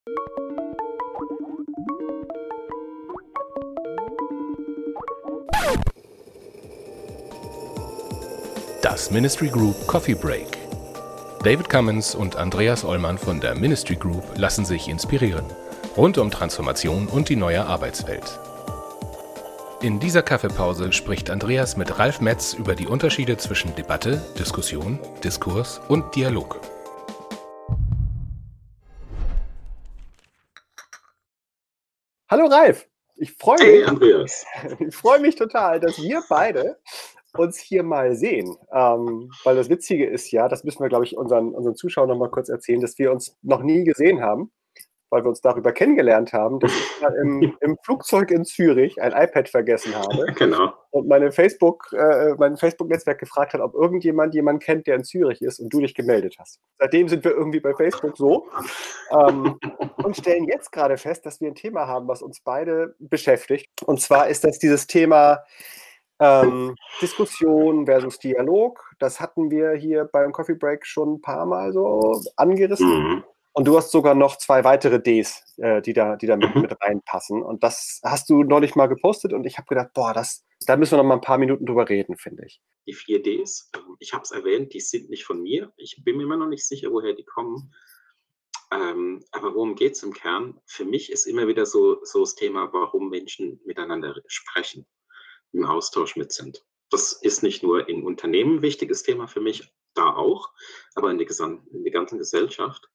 Das Ministry Group Coffee Break. David Cummins und Andreas Ollmann von der Ministry Group lassen sich inspirieren. Rund um Transformation und die neue Arbeitswelt. In dieser Kaffeepause spricht Andreas mit Ralf Metz über die Unterschiede zwischen Debatte, Diskussion, Diskurs und Dialog. Hallo Ralf, ich freue Hey mich, Andreas. total, dass wir beide uns hier mal sehen. Weil das Witzige ist ja, das müssen wir, glaube ich, unseren Zuschauern noch mal kurz erzählen, dass wir uns noch nie gesehen haben, weil wir uns darüber kennengelernt haben, dass ich mal im Flugzeug in Zürich ein iPad vergessen habe Genau. und mein Facebook-Netzwerk gefragt hat, ob irgendjemand jemanden kennt, der in Zürich ist und du dich gemeldet hast. Seitdem sind wir irgendwie bei Facebook so und stellen jetzt gerade fest, dass wir ein Thema haben, was uns beide beschäftigt. Und zwar ist das dieses Thema Diskussion versus Dialog. Das hatten wir hier beim Coffee Break schon ein paar Mal so angerissen. Mhm. Und du hast sogar noch 2 weitere Ds, die da mit reinpassen. Und das hast du neulich mal gepostet und ich habe gedacht, boah, da müssen wir noch mal ein paar Minuten drüber reden, finde ich. Die 4 Ds, ich habe es erwähnt, die sind nicht von mir. Ich bin mir immer noch nicht sicher, woher die kommen. Aber worum geht es im Kern? Für mich ist immer wieder so das Thema, warum Menschen miteinander sprechen, im Austausch mit sind. Das ist nicht nur in Unternehmen ein wichtiges Thema für mich, da auch, aber in der ganzen Gesellschaft.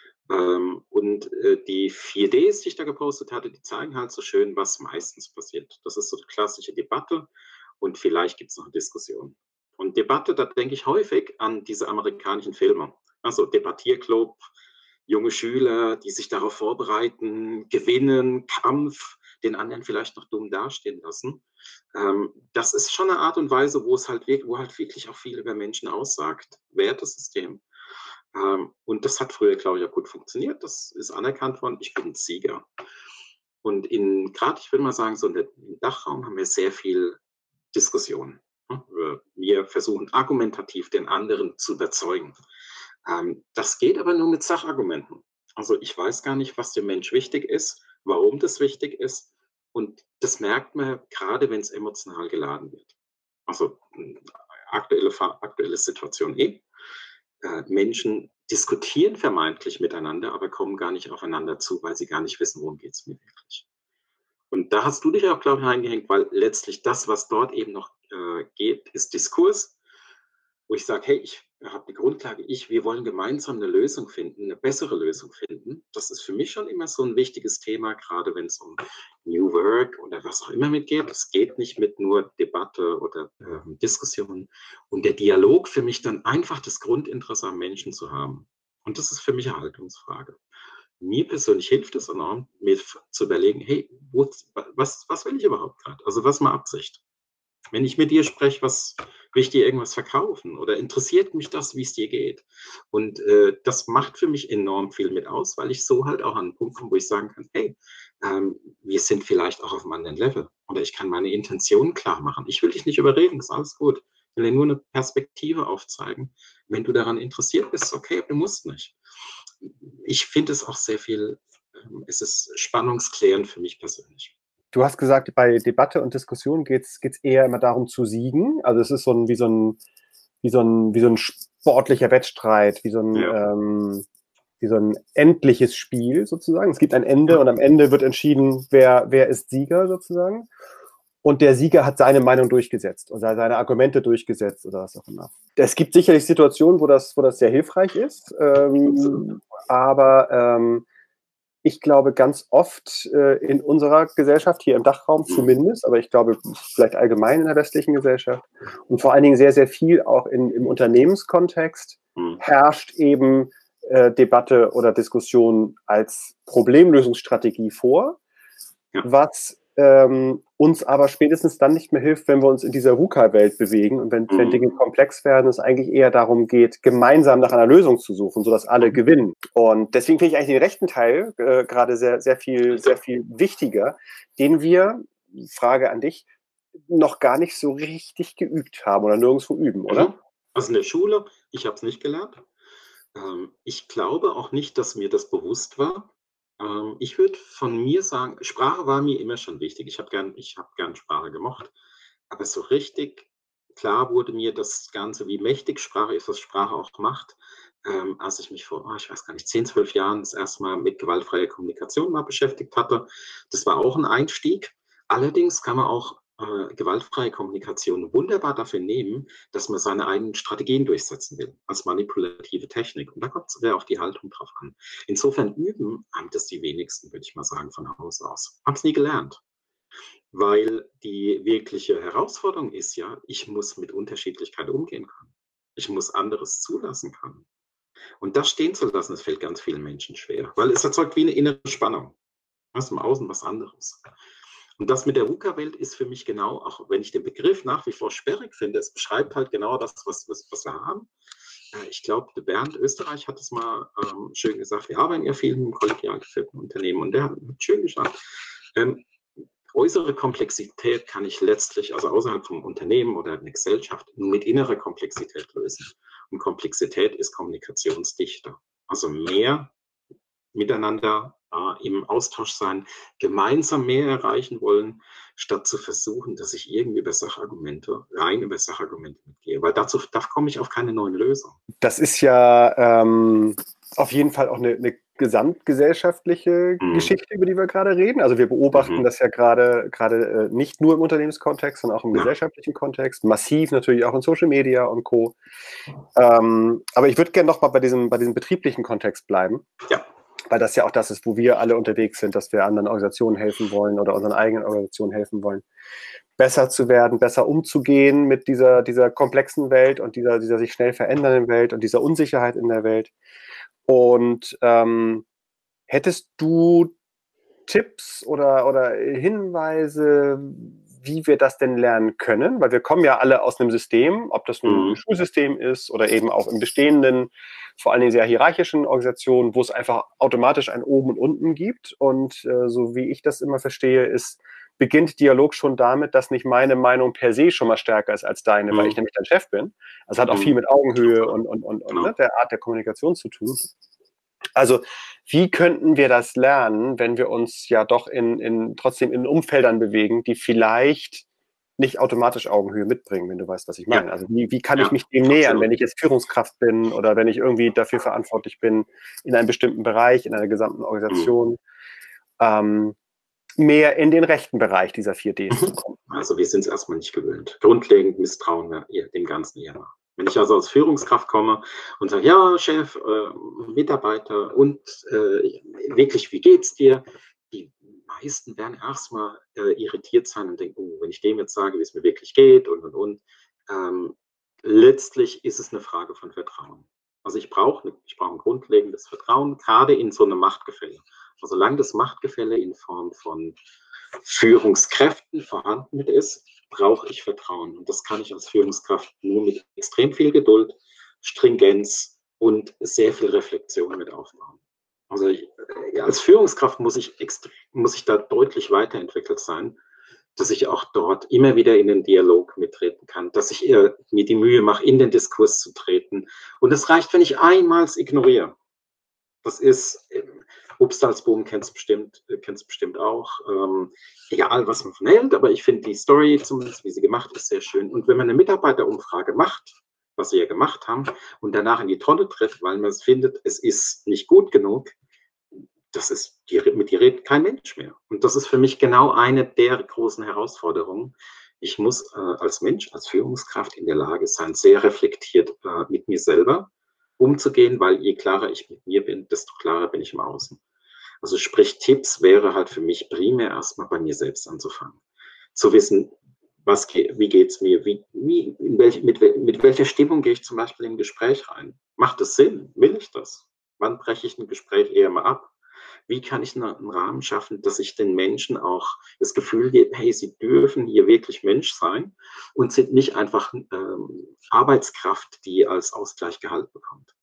Die 4 Ds, die ich da gepostet hatte, die zeigen halt so schön, was meistens passiert. Das ist so die klassische Debatte und vielleicht gibt es noch eine Diskussion. Und Debatte, da denke ich häufig an diese amerikanischen Filme. Also Debattierclub, junge Schüler, die sich darauf vorbereiten, gewinnen, Kampf, den anderen vielleicht noch dumm dastehen lassen. Das ist schon eine Art und Weise, wo halt wirklich auch viel über Menschen aussagt. Wertesystem. Und das hat früher, glaube ich, auch gut funktioniert. Das ist anerkannt worden. Ich bin Sieger. Und gerade, ich würde mal sagen, so im Dachraum haben wir sehr viel Diskussion. Wir versuchen argumentativ den anderen zu überzeugen. Das geht aber nur mit Sachargumenten. Also ich weiß gar nicht, was dem Mensch wichtig ist, warum das wichtig ist. Und das merkt man gerade, wenn es emotional geladen wird. Also aktuelle Situation Menschen diskutieren vermeintlich miteinander, aber kommen gar nicht aufeinander zu, weil sie gar nicht wissen, worum geht es mir wirklich. Und da hast du dich auch, glaube ich, reingehängt, weil letztlich das, was dort eben noch geht, ist Diskurs, wo ich sage, hey, ich habe die Grundlage, wir wollen gemeinsam eine Lösung finden, eine bessere Lösung finden. Das ist für mich schon immer so ein wichtiges Thema, gerade wenn es um New Work oder was auch immer mitgeht. Es geht nicht mit nur Debatte oder Diskussion. Und der Dialog für mich dann einfach das Grundinteresse am Menschen zu haben. Und das ist für mich eine Haltungsfrage. Mir persönlich hilft es enorm, mir zu überlegen, hey, was will ich überhaupt gerade? Also was ist meine Absicht? Wenn ich mit dir spreche, will ich dir irgendwas verkaufen oder interessiert mich das, wie es dir geht? Und das macht für mich enorm viel mit aus, weil ich so halt auch an einen Punkt komme, wo ich sagen kann, hey, wir sind vielleicht auch auf einem anderen Level oder ich kann meine Intention klar machen. Ich will dich nicht überreden, ist alles gut. Ich will dir nur eine Perspektive aufzeigen. Wenn du daran interessiert bist, okay, du musst nicht. Ich finde es auch sehr viel, es ist spannungsklärend für mich persönlich. Du hast gesagt, bei Debatte und Diskussion geht's eher immer darum zu siegen. Also es ist wie so ein sportlicher Wettstreit, wie so ein endliches Spiel sozusagen. Es gibt ein Ende und am Ende wird entschieden, wer ist Sieger sozusagen. Und der Sieger hat seine Meinung durchgesetzt oder seine Argumente durchgesetzt oder was auch immer. Es gibt sicherlich Situationen, wo das sehr hilfreich ist, aber ich glaube, ganz oft in unserer Gesellschaft, hier im Dachraum zumindest, aber ich glaube, vielleicht allgemein in der westlichen Gesellschaft und vor allen Dingen sehr, sehr viel auch im Unternehmenskontext herrscht eben Debatte oder Diskussion als Problemlösungsstrategie vor, was uns aber spätestens dann nicht mehr hilft, wenn wir uns in dieser VUCA-Welt bewegen und wenn Dinge komplex werden, es eigentlich eher darum geht, gemeinsam nach einer Lösung zu suchen, sodass alle gewinnen. Und deswegen finde ich eigentlich den rechten Teil gerade sehr, sehr viel wichtiger, den wir, Frage an dich, noch gar nicht so richtig geübt haben oder nirgendwo üben, oder? Also in der Schule, ich habe es nicht gelernt. Ich glaube auch nicht, dass mir das bewusst war. Ich würde von mir sagen, Sprache war mir immer schon wichtig. Ich hab gern Sprache gemocht. Aber so richtig klar wurde mir das Ganze, wie mächtig Sprache ist, was Sprache auch macht, als ich mich vor, ich weiß gar nicht, 10, 12 Jahren das erste Mal mit gewaltfreier Kommunikation mal beschäftigt hatte. Das war auch ein Einstieg. Allerdings kann man auch gewaltfreie Kommunikation wunderbar dafür nehmen, dass man seine eigenen Strategien durchsetzen will, als manipulative Technik. Und da kommt es sehr auf die Haltung drauf an. Insofern üben haben das die wenigsten, würde ich mal sagen, von Haus aus. Haben es nie gelernt. Weil die wirkliche Herausforderung ist ja, ich muss mit Unterschiedlichkeit umgehen können. Ich muss anderes zulassen können. Und das stehen zu lassen, das fällt ganz vielen Menschen schwer, weil es erzeugt wie eine innere Spannung. Was im Außen, was anderes. Und das mit der VUCA-Welt ist für mich genau, auch wenn ich den Begriff nach wie vor sperrig finde, es beschreibt halt genau das, was wir haben. Ich glaube, der Bernd Österreich hat es mal schön gesagt, wir arbeiten ja viel im kollegial geführten Unternehmen und der hat schön gesagt, äußere Komplexität kann ich letztlich, also außerhalb vom Unternehmen oder einer Gesellschaft, nur mit innerer Komplexität lösen. Und Komplexität ist Kommunikationsdichte. Also mehr miteinander im Austausch sein, gemeinsam mehr erreichen wollen, statt zu versuchen, dass ich irgendwie rein über Sachargumente mitgehe. Weil da komme ich auf keine neuen Lösungen. Das ist ja auf jeden Fall auch eine gesamtgesellschaftliche Geschichte, über die wir gerade reden. Also wir beobachten das ja gerade nicht nur im Unternehmenskontext, sondern auch im gesellschaftlichen Kontext, massiv natürlich auch in Social Media und Co. Aber ich würde gerne noch mal bei diesem betrieblichen Kontext bleiben. Ja. Weil das ja auch das ist, wo wir alle unterwegs sind, dass wir anderen Organisationen helfen wollen oder unseren eigenen Organisationen helfen wollen, besser zu werden, besser umzugehen mit dieser komplexen Welt und dieser sich schnell verändernden Welt und dieser Unsicherheit in der Welt. Und hättest du Tipps oder Hinweise, wie wir das denn lernen können? Weil wir kommen ja alle aus einem System, ob das ein Schulsystem ist oder eben auch im bestehenden, vor allen Dingen sehr hierarchischen Organisationen, wo es einfach automatisch ein Oben und Unten gibt. Und so wie ich das immer verstehe, beginnt Dialog schon damit, dass nicht meine Meinung per se schon mal stärker ist als deine, weil ich nämlich dein Chef bin. Das hat auch viel mit Augenhöhe und ne, der Art der Kommunikation zu tun. Also wie könnten wir das lernen, wenn wir uns ja doch trotzdem in Umfeldern bewegen, die vielleicht nicht automatisch Augenhöhe mitbringen, wenn du weißt, was ich meine. Also wie kann ich mich dem nähern, wenn ich jetzt Führungskraft bin oder wenn ich irgendwie dafür verantwortlich bin, in einem bestimmten Bereich, in einer gesamten Organisation, mehr in den rechten Bereich dieser 4Ds zu kommen. Also wir sind es erstmal nicht gewöhnt. Grundlegend misstrauen wir dem Ganzen eher nach. Wenn ich also als Führungskraft komme und sage, ja, Chef, Mitarbeiter und wirklich, wie geht's dir? Die meisten werden erstmal irritiert sein und denken, oh, wenn ich dem jetzt sage, wie es mir wirklich geht und. Letztlich ist es eine Frage von Vertrauen. Also ich brauche ein grundlegendes Vertrauen, gerade in so einem Machtgefälle. Also solange das Machtgefälle in Form von Führungskräften vorhanden ist, brauche ich Vertrauen. Und das kann ich als Führungskraft nur mit extrem viel Geduld, Stringenz und sehr viel Reflexion mit aufbauen. Also als Führungskraft muss ich da deutlich weiterentwickelt sein, dass ich auch dort immer wieder in den Dialog mittreten kann, dass ich mir die Mühe mache, in den Diskurs zu treten. Und es reicht, wenn ich einmal es ignoriere. Das ist, Obstalsboom kennst du bestimmt auch. Egal, was man von hält, aber ich finde die Story, zumindest wie sie gemacht ist, sehr schön. Und wenn man eine Mitarbeiterumfrage macht, was sie ja gemacht haben, und danach in die Tonne tritt, weil man es findet, es ist nicht gut genug, mit dir redet kein Mensch mehr. Und das ist für mich genau eine der großen Herausforderungen. Ich muss als Mensch, als Führungskraft in der Lage sein, sehr reflektiert mit mir selber umzugehen, weil je klarer ich mit mir bin, desto klarer bin ich im Außen. Also sprich, Tipps wäre halt für mich primär erstmal bei mir selbst anzufangen. Zu wissen, wie geht's mir, mit welcher Stimmung gehe ich zum Beispiel in ein Gespräch rein? Macht es Sinn? Will ich das? Wann breche ich ein Gespräch eher mal ab? Wie kann ich einen Rahmen schaffen, dass ich den Menschen auch das Gefühl gebe, hey, sie dürfen hier wirklich Mensch sein und sind nicht einfach Arbeitskraft, die als Ausgleich Gehalt bekommt.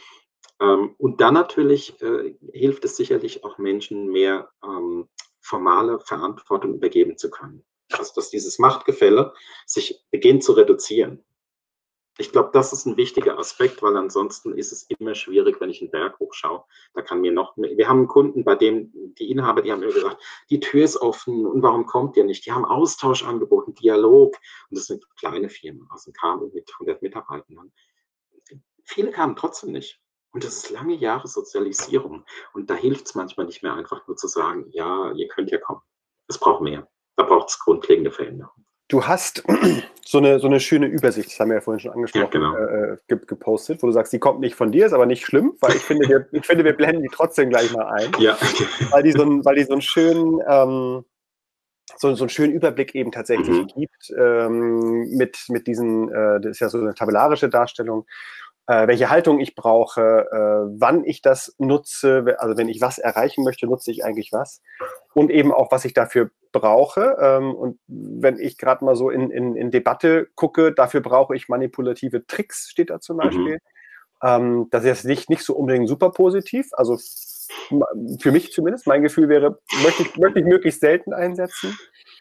Und dann natürlich hilft es sicherlich auch Menschen, mehr formale Verantwortung übergeben zu können. Also dass dieses Machtgefälle sich beginnt zu reduzieren. Ich glaube, das ist ein wichtiger Aspekt, weil ansonsten ist es immer schwierig, wenn ich einen Berg hochschaue. Da kann mir noch mehr. Wir haben einen Kunden, bei dem die Inhaber, die haben mir gesagt, die Tür ist offen und warum kommt ihr nicht? Die haben Austausch angeboten, Dialog. Und das sind kleine Firmen, also ein KMU mit 100 Mitarbeitern. Viele kamen trotzdem nicht. Und das ist lange Jahre Sozialisierung. Und da hilft es manchmal nicht mehr einfach nur zu sagen, ja, ihr könnt ja kommen. Es braucht mehr. Da braucht es grundlegende Veränderungen. Du hast so eine schöne Übersicht, das haben wir ja vorhin schon angesprochen, Ja, genau. gepostet, wo du sagst, die kommt nicht von dir, ist aber nicht schlimm, weil ich finde, wir blenden die trotzdem gleich mal ein. Ja. Weil die so einen schönen, so einen schönen Überblick eben tatsächlich gibt, mit diesen, das ist ja so eine tabellarische Darstellung, welche Haltung ich brauche, wann ich das nutze, also wenn ich was erreichen möchte, nutze ich eigentlich was und eben auch, was ich dafür brauche. Und wenn ich gerade mal so in Debatte gucke, dafür brauche ich manipulative Tricks, steht da zum Beispiel. Das ist jetzt nicht so unbedingt super positiv, also für mich zumindest, mein Gefühl wäre, möchte ich möglichst selten einsetzen.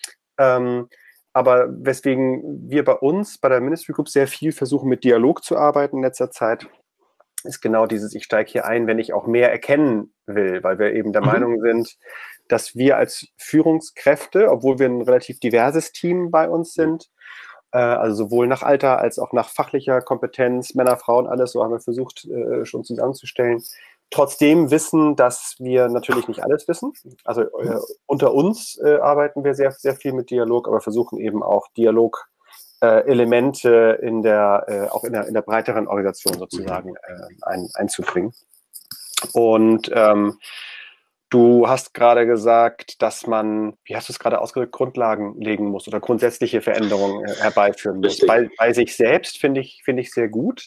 Aber weswegen wir bei uns, bei der Ministry Group, sehr viel versuchen, mit Dialog zu arbeiten in letzter Zeit, ist genau dieses, ich steige hier ein, wenn ich auch mehr erkennen will, weil wir eben der Meinung sind, dass wir als Führungskräfte, obwohl wir ein relativ diverses Team bei uns sind, also sowohl nach Alter als auch nach fachlicher Kompetenz, Männer, Frauen, alles, so haben wir versucht schon zusammenzustellen, trotzdem wissen, dass wir natürlich nicht alles wissen. Also unter uns arbeiten wir sehr, sehr viel mit Dialog, aber versuchen eben auch Dialog-Elemente auch in der breiteren Organisation sozusagen einzubringen. Und du hast gerade gesagt, dass man, wie hast du es gerade ausgedrückt, Grundlagen legen muss oder grundsätzliche Veränderungen herbeiführen muss. Bei sich selbst finde ich sehr gut.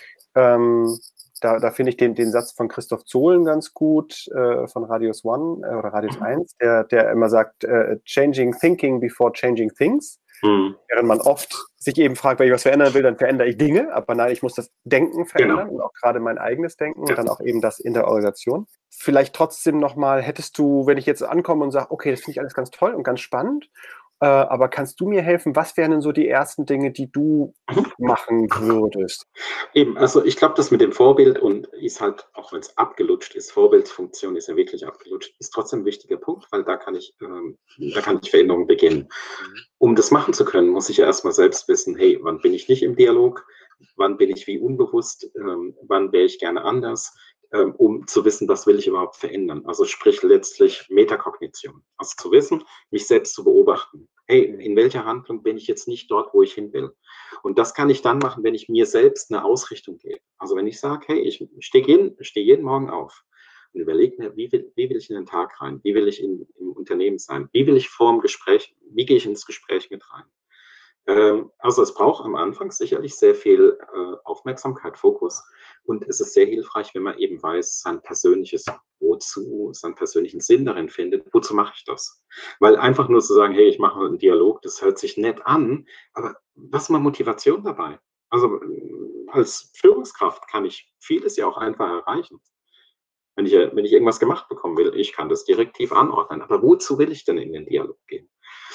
Da finde ich den Satz von Christoph Zohlen ganz gut, von Radius One oder Radius 1, der immer sagt, changing thinking before changing things. Während man oft sich eben fragt, wenn ich was verändern will, dann verändere ich Dinge, aber nein, ich muss das Denken verändern und auch gerade mein eigenes Denken und dann auch eben das in der Organisation. Vielleicht trotzdem nochmal, hättest du, wenn ich jetzt ankomme und sage, okay, das finde ich alles ganz toll und ganz spannend, aber kannst du mir helfen, was wären denn so die ersten Dinge, die du machen würdest? Eben, also ich glaube, das mit dem Vorbild und ist halt, auch wenn es abgelutscht ist, Vorbildsfunktion ist ja wirklich abgelutscht, ist trotzdem ein wichtiger Punkt, weil da kann ich Veränderungen beginnen. Um das machen zu können, muss ich ja erstmal selbst wissen, hey, wann bin ich nicht im Dialog, wann bin ich wie unbewusst, wann wäre ich gerne anders, um zu wissen, was will ich überhaupt verändern. Also sprich letztlich Metakognition. Also zu wissen, mich selbst zu beobachten. Hey, in welcher Handlung bin ich jetzt nicht dort, wo ich hin will? Und das kann ich dann machen, wenn ich mir selbst eine Ausrichtung gebe. Also wenn ich sage, hey, ich stehe jeden Morgen auf und überlege mir, wie will ich in den Tag rein? Wie will ich im Unternehmen sein? Wie will ich wie gehe ich ins Gespräch mit rein? Also es braucht am Anfang sicherlich sehr viel Aufmerksamkeit, Fokus. Und es ist sehr hilfreich, wenn man eben weiß, sein persönliches Wozu, seinen persönlichen Sinn darin findet. Wozu mache ich das? Weil einfach nur zu sagen, hey, ich mache einen Dialog, das hört sich nett an, aber was ist meine Motivation dabei? Also als Führungskraft kann ich vieles ja auch einfach erreichen. Wenn ich irgendwas gemacht bekommen will, ich kann das direktiv anordnen. Aber wozu will ich denn in den Dialog gehen?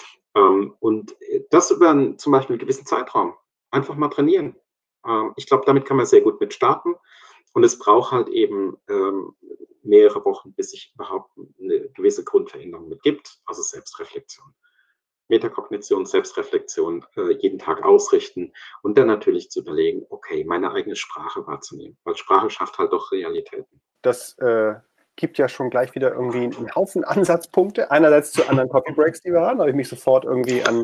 Und das über zum Beispiel einen gewissen Zeitraum einfach mal trainieren. Ich glaube, damit kann man sehr gut mit starten. Und es braucht halt eben mehrere Wochen, bis sich überhaupt eine gewisse Grundveränderung mit gibt. Also Selbstreflexion. Metakognition, Selbstreflexion, jeden Tag ausrichten und dann natürlich zu überlegen, okay, meine eigene Sprache wahrzunehmen. Weil Sprache schafft halt doch Realitäten. Das gibt ja schon gleich wieder irgendwie einen Haufen Ansatzpunkte. Einerseits zu anderen Copy Breaks, die wir haben, da habe ich mich sofort irgendwie an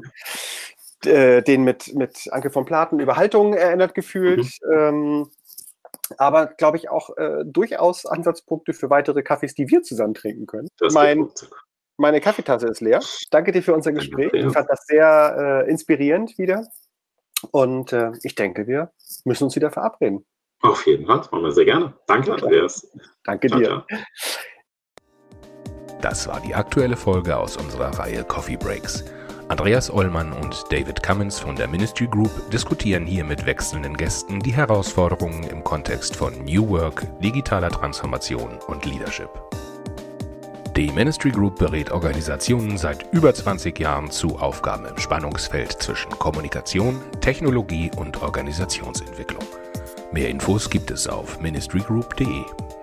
den mit Anke von Platen über Haltung erinnert gefühlt. Aber, glaube ich, auch durchaus Ansatzpunkte für weitere Kaffees, die wir zusammen trinken können. Meine Kaffeetasse ist leer. Danke dir für unser Gespräch. Ich fand das sehr inspirierend wieder. Und ich denke, wir müssen uns wieder verabreden. Auf jeden Fall, das machen wir sehr gerne. Danke, Andreas. Danke dir. Ciao. Das war die aktuelle Folge aus unserer Reihe Coffee Breaks. Andreas Ollmann und David Cummins von der Ministry Group diskutieren hier mit wechselnden Gästen die Herausforderungen im Kontext von New Work, digitaler Transformation und Leadership. Die Ministry Group berät Organisationen seit über 20 Jahren zu Aufgaben im Spannungsfeld zwischen Kommunikation, Technologie und Organisationsentwicklung. Mehr Infos gibt es auf ministrygroup.de.